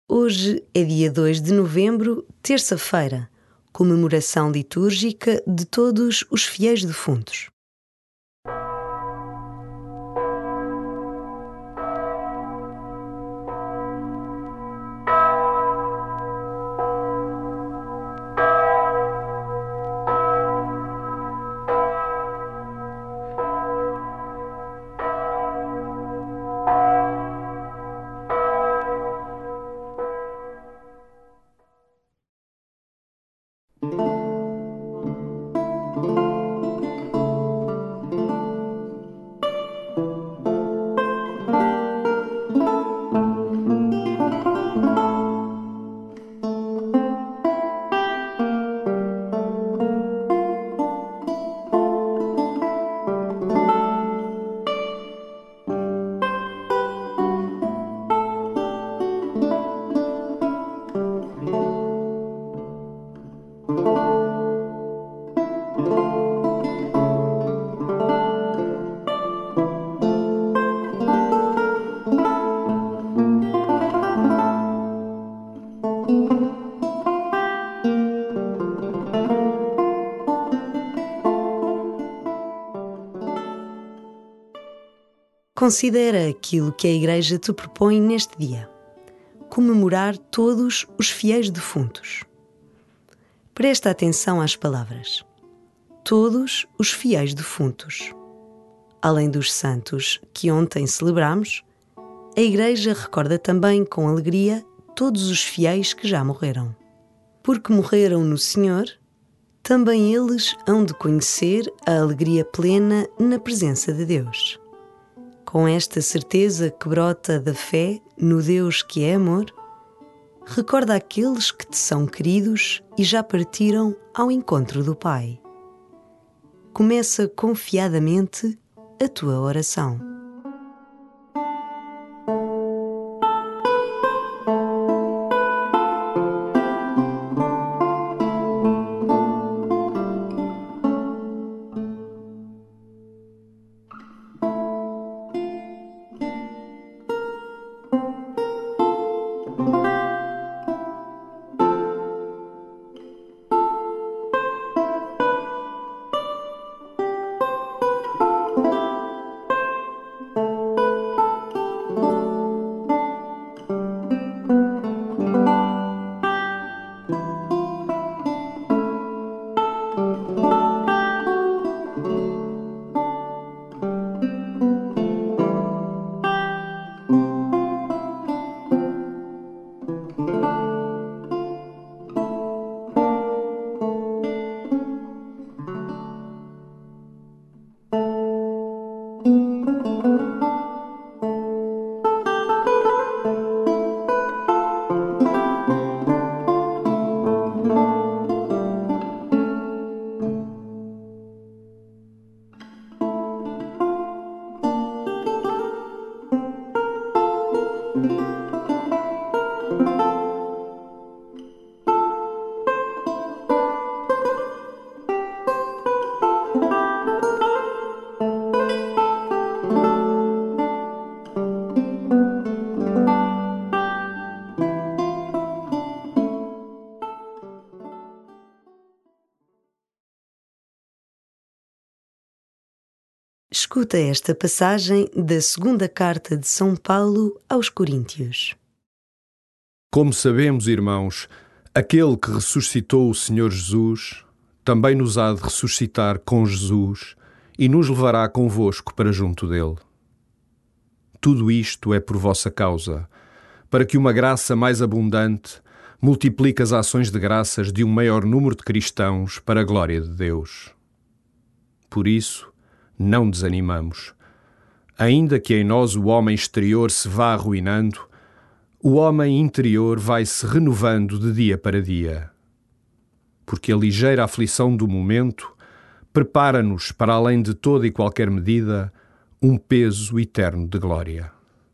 Hoje é dia 2 de novembro, terça-feira, comemoração litúrgica de todos os fiéis defuntos. Considera aquilo que a Igreja te propõe neste dia: comemorar todos os fiéis defuntos. Presta atenção às palavras: todos os fiéis defuntos. Além dos santos que ontem celebramos, a Igreja recorda também com alegria todos os fiéis que já morreram. Porque morreram no Senhor, também eles hão de conhecer a alegria plena na presença de Deus. Com esta certeza que brota da fé no Deus que é amor, recorda aqueles que te são queridos e já partiram ao encontro do Pai. Começa confiadamente a tua oração. Escuta esta passagem da segunda carta de São Paulo aos Coríntios. Como sabemos, irmãos, aquele que ressuscitou o Senhor Jesus também nos há de ressuscitar com Jesus e nos levará convosco para junto dele. Tudo isto é por vossa causa, para que uma graça mais abundante multiplique as ações de graças de um maior número de cristãos para a glória de Deus. Por isso, não desanimamos. Ainda que em nós o homem exterior se vá arruinando, o homem interior vai se renovando de dia para dia. Porque a ligeira aflição do momento prepara-nos, para além de toda e qualquer medida, um peso eterno de glória.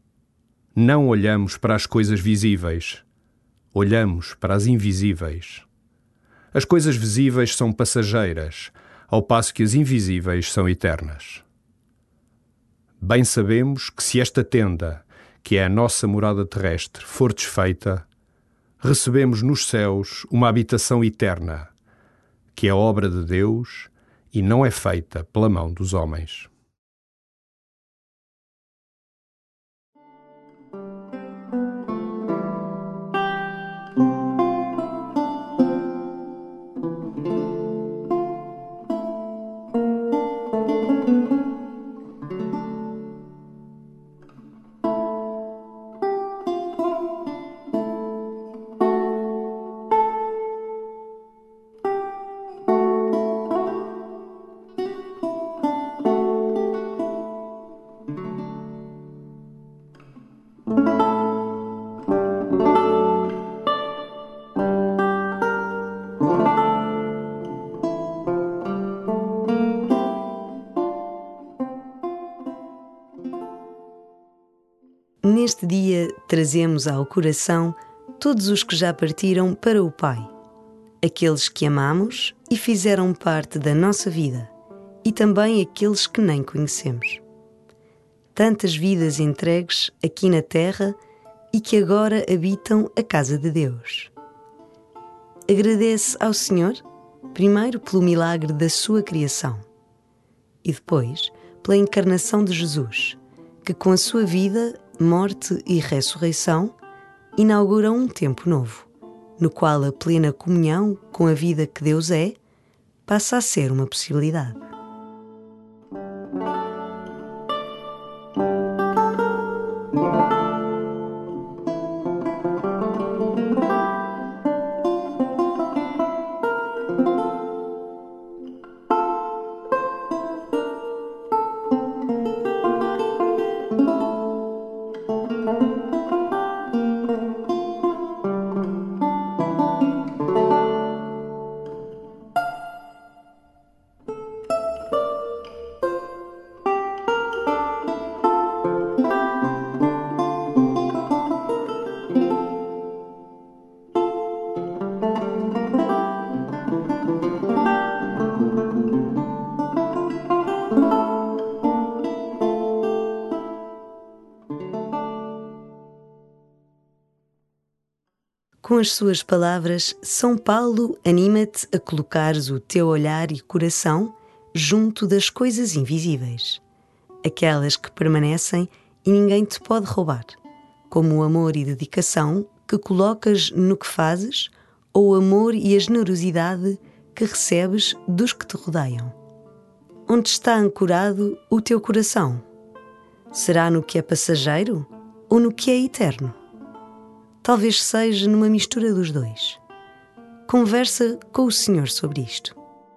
Não olhamos para as coisas visíveis, olhamos para as invisíveis. As coisas visíveis são passageiras, ao passo que as invisíveis são eternas. Bem sabemos que se esta tenda, que é a nossa morada terrestre, for desfeita, recebemos nos céus uma habitação eterna, que é obra de Deus e não é feita pela mão dos homens. Neste dia, trazemos ao coração todos os que já partiram para o Pai, aqueles que amamos e fizeram parte da nossa vida, e também aqueles que nem conhecemos. Tantas vidas entregues aqui na terra e que agora habitam a casa de Deus. Agradece ao Senhor, primeiro pelo milagre da sua criação e depois pela encarnação de Jesus, que com a sua vida, morte e ressurreição, inaugura um tempo novo, no qual a plena comunhão com a vida que Deus é, passa a ser uma possibilidade. Com as suas palavras, São Paulo anima-te a colocares o teu olhar e coração junto das coisas invisíveis, aquelas que permanecem e ninguém te pode roubar, como o amor e dedicação que colocas no que fazes ou o amor e a generosidade que recebes dos que te rodeiam. Onde está ancorado o teu coração? Será no que é passageiro ou no que é eterno? Talvez seja numa mistura dos dois. Conversa com o Senhor sobre isto.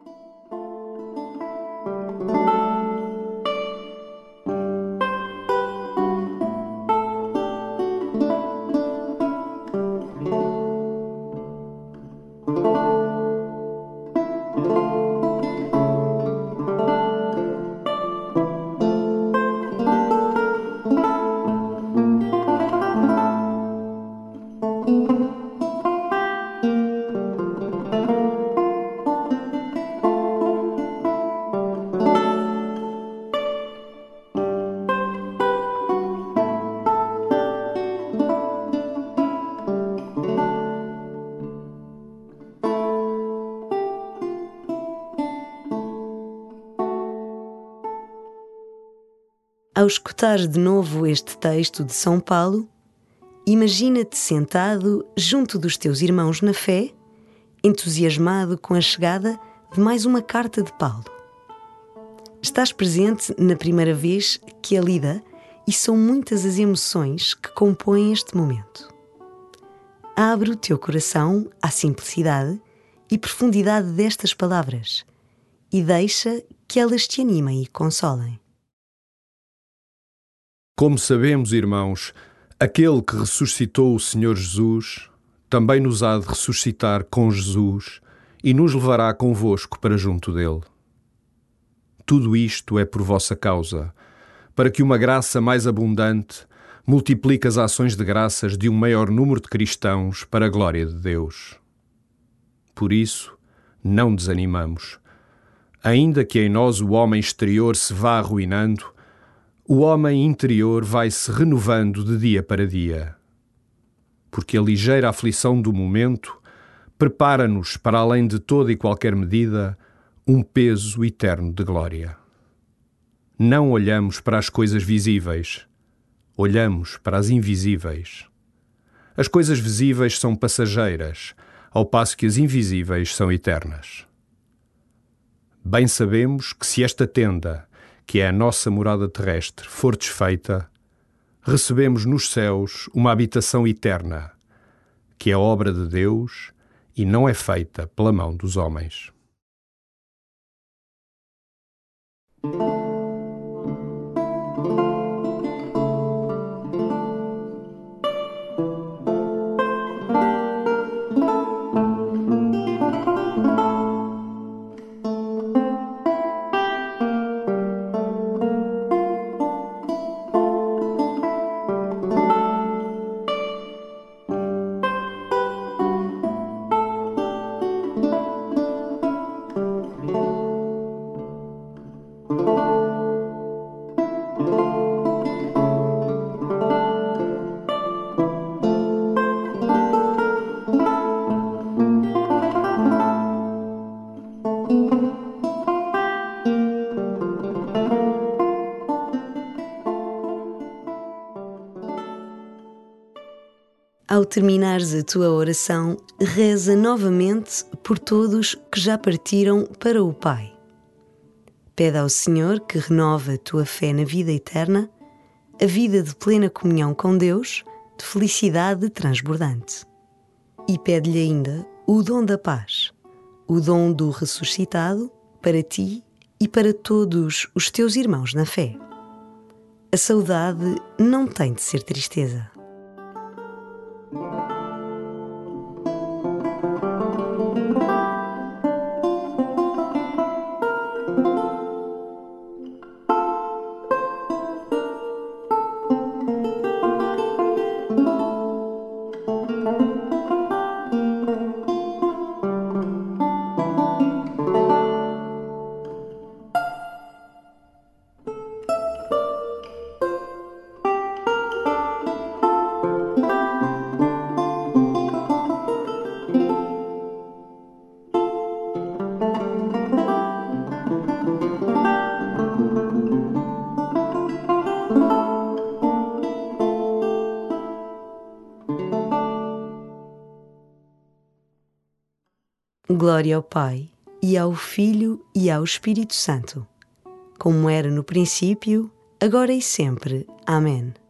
Ao escutar de novo este texto de São Paulo, imagina-te sentado junto dos teus irmãos na fé, entusiasmado com a chegada de mais uma carta de Paulo. Estás presente na primeira vez que é lida e são muitas as emoções que compõem este momento. Abre o teu coração à simplicidade e profundidade destas palavras e deixa que elas te animem e consolem. Como sabemos, irmãos, aquele que ressuscitou o Senhor Jesus também nos há de ressuscitar com Jesus e nos levará convosco para junto dele. Tudo isto é por vossa causa, para que uma graça mais abundante multiplique as ações de graças de um maior número de cristãos para a glória de Deus. Por isso, não desanimamos. Ainda que em nós o homem exterior se vá arruinando, o homem interior vai se renovando de dia para dia. porque a ligeira aflição do momento prepara-nos, para além de toda e qualquer medida, um peso eterno de glória. Não olhamos para as coisas visíveis, olhamos para as invisíveis. As coisas visíveis são passageiras, ao passo que as invisíveis são eternas. Bem sabemos que se esta tenda, que é a nossa morada terrestre, for desfeita, recebemos nos céus uma habitação eterna, que é obra de Deus e não é feita pela mão dos homens. Ao terminares a tua oração, reza novamente por todos que já partiram para o Pai. Pede ao Senhor que renove a tua fé na vida eterna, a vida de plena comunhão com Deus, de felicidade transbordante. E pede-lhe ainda o dom da paz, o dom do ressuscitado, para ti e para todos os teus irmãos na fé. A saudade não tem de ser tristeza. Glória ao Pai, e ao Filho, e ao Espírito Santo, como era no princípio, agora e sempre. Amém.